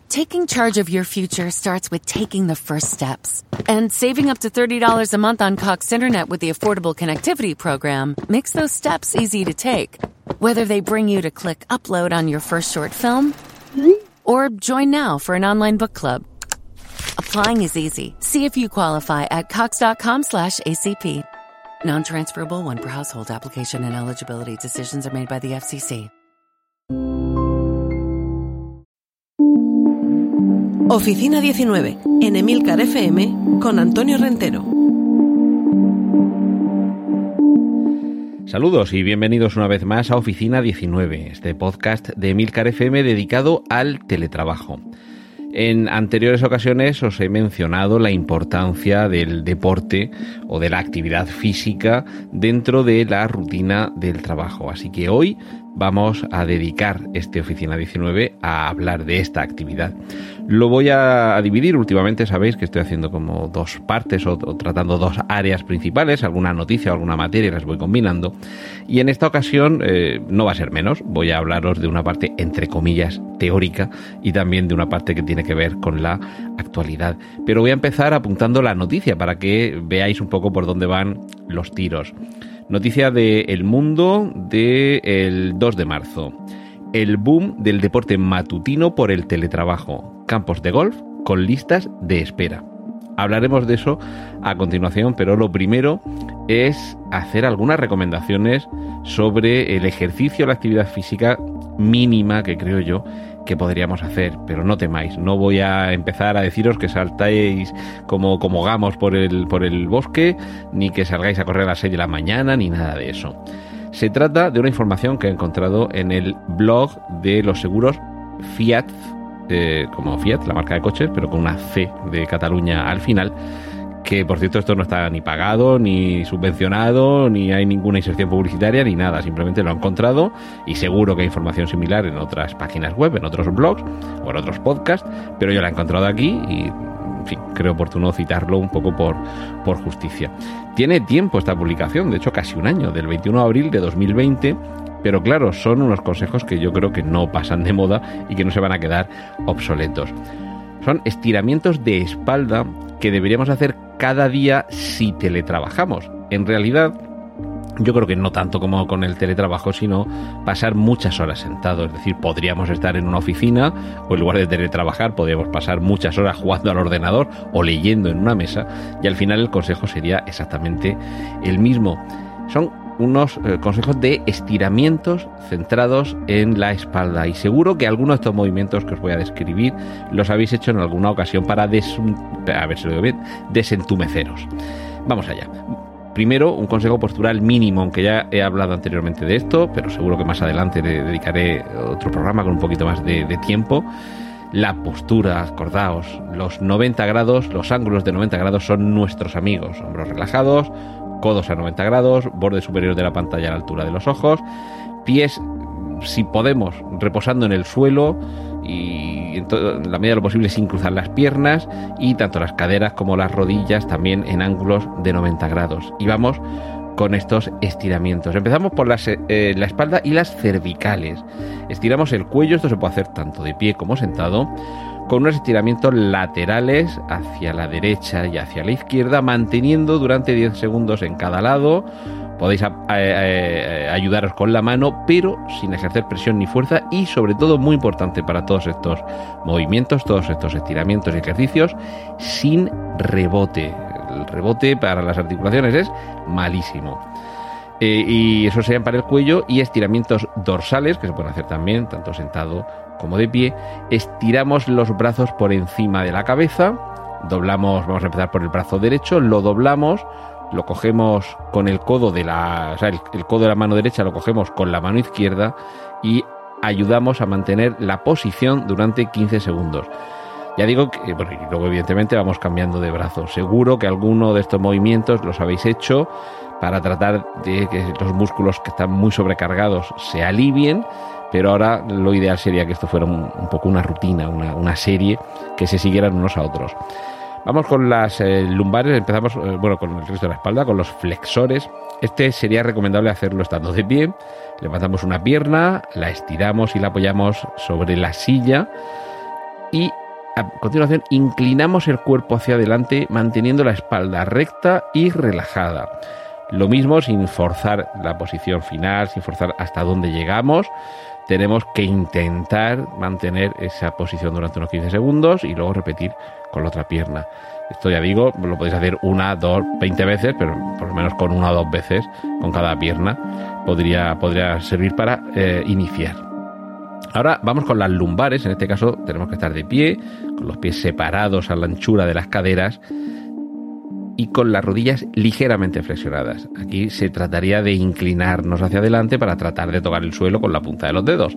Taking charge of your future starts with taking the first steps. And saving up to $30 a month on Cox Internet with the Affordable Connectivity Program makes those steps easy to take. Whether they bring you to click upload on your first short film or join now for an online book club. Applying is easy. See if you qualify at cox.com/ACP. Non-transferable one per household application and eligibility decisions are made by the FCC. Oficina 19, en Emilcar FM, con Antonio Rentero. Saludos y bienvenidos una vez más a Oficina 19, este podcast de Emilcar FM dedicado al teletrabajo. En anteriores ocasiones os he mencionado la importancia del deporte o de la actividad física dentro de la rutina del trabajo. Así que hoy vamos a dedicar este Oficina 19 a hablar de esta actividad. Lo voy a dividir. Últimamente sabéis que estoy haciendo como dos partes o tratando dos áreas principales, alguna noticia o alguna materia las voy combinando. Y en esta ocasión no va a ser menos. Voy a hablaros de una parte entre comillas teórica y también de una parte que tiene que ver con la actualidad. Pero voy a empezar apuntando la noticia para que veáis un poco por dónde van los tiros. Noticia de El Mundo del 2 de marzo. El boom del deporte matutino por el teletrabajo. Campos de golf con listas de espera. Hablaremos de eso a continuación, pero lo primero es hacer algunas recomendaciones sobre el ejercicio, la actividad física mínima que creo yo que podríamos hacer, pero no temáis, no voy a empezar a deciros que saltáis como gamos por el bosque, ni que salgáis a correr a las 6 de la mañana, ni nada de eso. Se trata de una información que he encontrado en el blog de los seguros Fiat, como Fiat, la marca de coches, pero con una C de Cataluña al final, que por cierto esto no está ni pagado, ni subvencionado, ni hay ninguna inserción publicitaria, ni nada, simplemente lo he encontrado y seguro que hay información similar en otras páginas web, en otros blogs o en otros podcasts, pero yo la he encontrado aquí y, en fin, creo oportuno citarlo un poco por justicia. Tiene tiempo esta publicación, de hecho casi un año, del 21 de abril de 2020, pero claro, son unos consejos que yo creo que no pasan de moda y que no se van a quedar obsoletos. Son estiramientos de espalda que deberíamos hacer cada día si teletrabajamos. En realidad, yo creo que no tanto como con el teletrabajo, sino pasar muchas horas sentado. Es decir, podríamos estar en una oficina o en lugar de teletrabajar podríamos pasar muchas horas jugando al ordenador o leyendo en una mesa y al final el consejo sería exactamente el mismo. Son unos consejos de estiramientos centrados en la espalda y seguro que algunos de estos movimientos que os voy a describir los habéis hecho en alguna ocasión para desentumeceros. Vamos allá. Primero, un consejo postural mínimo, aunque ya he hablado anteriormente de esto, pero seguro que más adelante le dedicaré otro programa con un poquito más de tiempo. La postura, acordaos, los 90 grados, los ángulos de 90 grados son nuestros amigos. Hombros relajados, codos a 90 grados, borde superior de la pantalla a la altura de los ojos, pies, si podemos, reposando en el suelo y en la medida de lo posible sin cruzar las piernas y tanto las caderas como las rodillas también en ángulos de 90 grados. Y vamos con estos estiramientos. Empezamos por la espalda y las cervicales. Estiramos el cuello, esto se puede hacer tanto de pie como sentado, con unos estiramientos laterales hacia la derecha y hacia la izquierda, manteniendo durante 10 segundos en cada lado. Podéis ayudaros con la mano, pero sin ejercer presión ni fuerza y, sobre todo, muy importante para todos estos movimientos, todos estos estiramientos y ejercicios, sin rebote. El rebote para las articulaciones es malísimo. Y eso serían para el cuello y estiramientos dorsales, que se pueden hacer también, tanto sentado como de pie. Estiramos los brazos por encima de la cabeza, doblamos, vamos a empezar por el brazo derecho, lo doblamos, lo cogemos con el codo el codo de la mano derecha lo cogemos con la mano izquierda y ayudamos a mantener la posición durante 15 segundos. Ya digo que, bueno, y luego evidentemente vamos cambiando de brazo. Seguro que alguno de estos movimientos los habéis hecho para tratar de que los músculos que están muy sobrecargados se alivien, pero ahora lo ideal sería que esto fuera un poco una rutina, una serie que se siguieran unos a otros. Vamos con las lumbares, empezamos con el resto de la espalda, con los flexores. Este sería recomendable hacerlo estando de pie. Levantamos una pierna, la estiramos y la apoyamos sobre la silla. y a continuación inclinamos el cuerpo hacia adelante manteniendo la espalda recta y relajada. Lo mismo sin forzar la posición final, sin forzar hasta dónde llegamos. Tenemos que intentar mantener esa posición durante unos 15 segundos y luego repetir con la otra pierna. Esto ya digo, lo podéis hacer 1, 2, 20 veces, pero por lo menos con 1 o 2 veces con cada pierna podría servir para iniciar. Ahora vamos con las lumbares. En este caso tenemos que estar de pie, con los pies separados a la anchura de las caderas y con las rodillas ligeramente flexionadas. Aquí se trataría de inclinarnos hacia adelante para tratar de tocar el suelo con la punta de los dedos.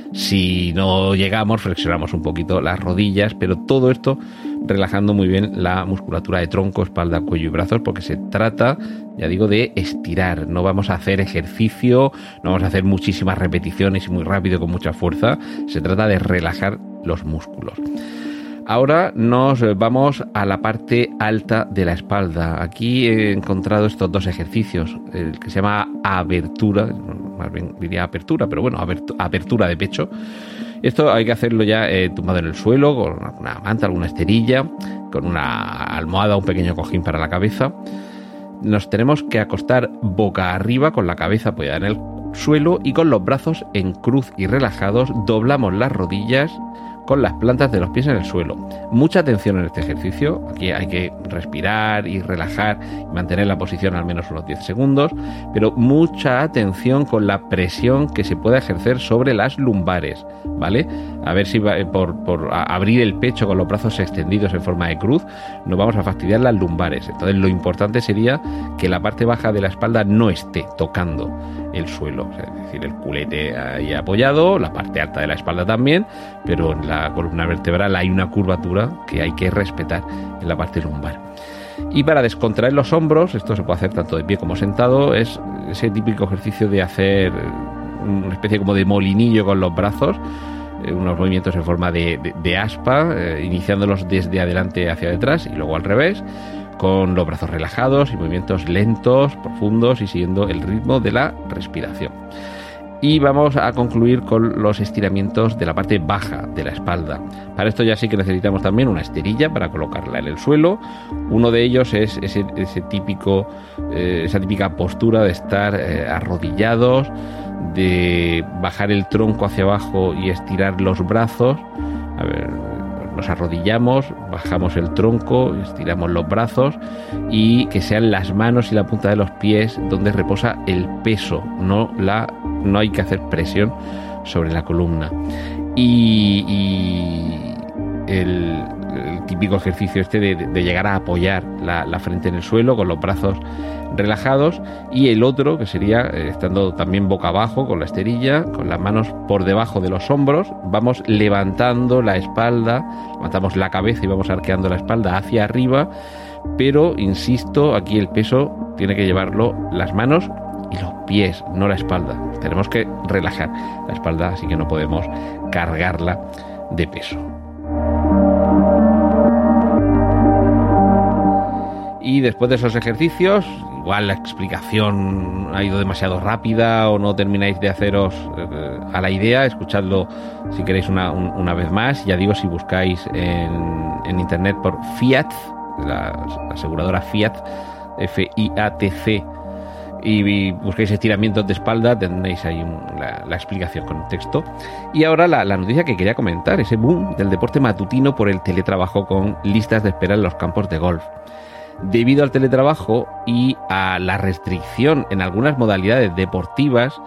Si no llegamos, flexionamos un poquito las rodillas, pero todo esto relajando muy bien la musculatura de tronco, espalda, cuello y brazos, porque se trata, ya digo, de estirar. No vamos a hacer ejercicio, no vamos a hacer muchísimas repeticiones y muy rápido con mucha fuerza. Se trata de relajar los músculos. Ahora nos vamos a la parte alta de la espalda. Aquí he encontrado estos 2 ejercicios, el que se llama abertura, más bien diría apertura, pero bueno, apertura de pecho. Esto hay que hacerlo ya tumbado en el suelo, con una manta, alguna esterilla, con una almohada, un pequeño cojín para la cabeza. Nos tenemos que acostar boca arriba con la cabeza apoyada en el suelo y con los brazos en cruz y relajados. Doblamos las rodillas con las plantas de los pies en el suelo. Mucha atención en este ejercicio. Aquí hay que respirar y relajar y mantener la posición al menos unos 10 segundos, pero mucha atención con la presión que se pueda ejercer sobre las lumbares, ¿vale? A ver si por abrir el pecho con los brazos extendidos en forma de cruz nos vamos a fastidiar las lumbares. Entonces lo importante sería que la parte baja de la espalda no esté tocando el suelo, es decir, el culete ahí apoyado, la parte alta de la espalda también, pero en la columna vertebral hay una curvatura que hay que respetar en la parte lumbar. Y para descontraer los hombros, esto se puede hacer tanto de pie como sentado, es ese típico ejercicio de hacer una especie como de molinillo con los brazos, unos movimientos en forma de aspa, iniciándolos desde adelante hacia detrás y luego al revés, con los brazos relajados y movimientos lentos, profundos y siguiendo el ritmo de la respiración. Y vamos a concluir con los estiramientos de la parte baja de la espalda. Para esto ya sí que necesitamos también una esterilla para colocarla en el suelo. Uno de ellos es esa típica postura de estar arrodillados, de bajar el tronco hacia abajo y estirar los brazos. A ver, nos arrodillamos, bajamos el tronco, estiramos los brazos y que sean las manos y la punta de los pies donde reposa el peso, no hay que hacer presión sobre la columna. Y el típico ejercicio de llegar a apoyar la frente en el suelo con los brazos relajados, y el otro que sería estando también boca abajo con la esterilla, con las manos por debajo de los hombros, vamos levantando la espalda, levantamos la cabeza y vamos arqueando la espalda hacia arriba, pero insisto, aquí el peso tiene que llevarlo las manos y los pies, no la espalda. Tenemos que relajar la espalda, así que no podemos cargarla de peso. Y después de esos ejercicios, igual la explicación ha ido demasiado rápida o no termináis de haceros a la idea, escuchadlo si queréis una vez más. Ya digo, si buscáis en internet por Fiat, la aseguradora Fiat, F-I-A-T-C, y busquéis estiramientos de espalda, tendréis ahí la explicación con texto. Y ahora la noticia que quería comentar, ese boom del deporte matutino por el teletrabajo con listas de espera en los campos de golf. Debido al teletrabajo y a la restricción en algunas modalidades deportivas,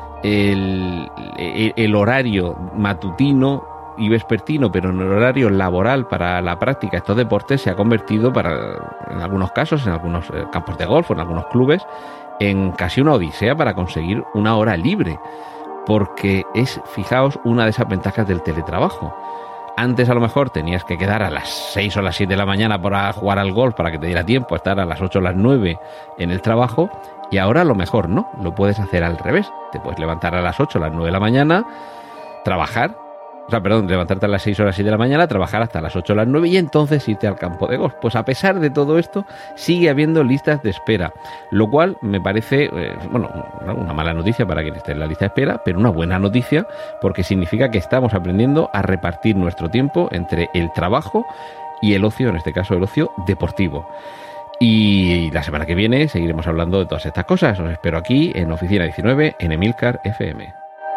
el horario matutino y vespertino, pero en el horario laboral para la práctica de estos deportes, se ha convertido en algunos casos, en algunos campos de golf o en algunos clubes, en casi una odisea para conseguir una hora libre, porque es, fijaos, una de esas ventajas del teletrabajo. Antes a lo mejor tenías que quedar a las 6 o las 7 de la mañana para jugar al golf para que te diera tiempo a estar a las 8 o las 9 en el trabajo, y ahora a lo mejor no, lo puedes hacer al revés. Te puedes levantar a las 8 o las 9 de la mañana, trabajar levantarte a las 6 o las 7 de la mañana, trabajar hasta las 8 o las 9 y entonces irte al campo de golf. Pues a pesar de todo esto, sigue habiendo listas de espera, lo cual me parece, una mala noticia para quien esté en la lista de espera, pero una buena noticia porque significa que estamos aprendiendo a repartir nuestro tiempo entre el trabajo y el ocio, en este caso el ocio deportivo. Y la semana que viene seguiremos hablando de todas estas cosas. Os espero aquí en Oficina 19 en Emilcar FM.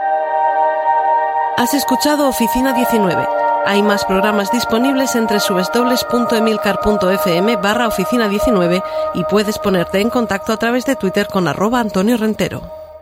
Has escuchado Oficina 19. Hay más programas disponibles entre www.emilcar.fm/Oficina 19 y puedes ponerte en contacto a través de Twitter con @Antonio Rentero.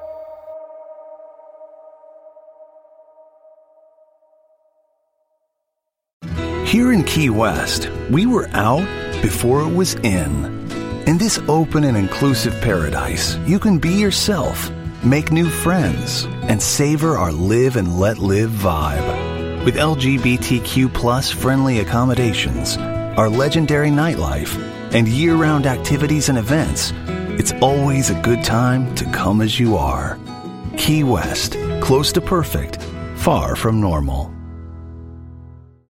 Here in Key West, we were out before it was in. In this open and inclusive paradise, you can be yourself, make new friends, and savor our live and let live vibe. With LGBTQ+ friendly accommodations, our legendary nightlife, and year-round activities and events, it's always a good time to come as you are. Key West, close to perfect, far from normal.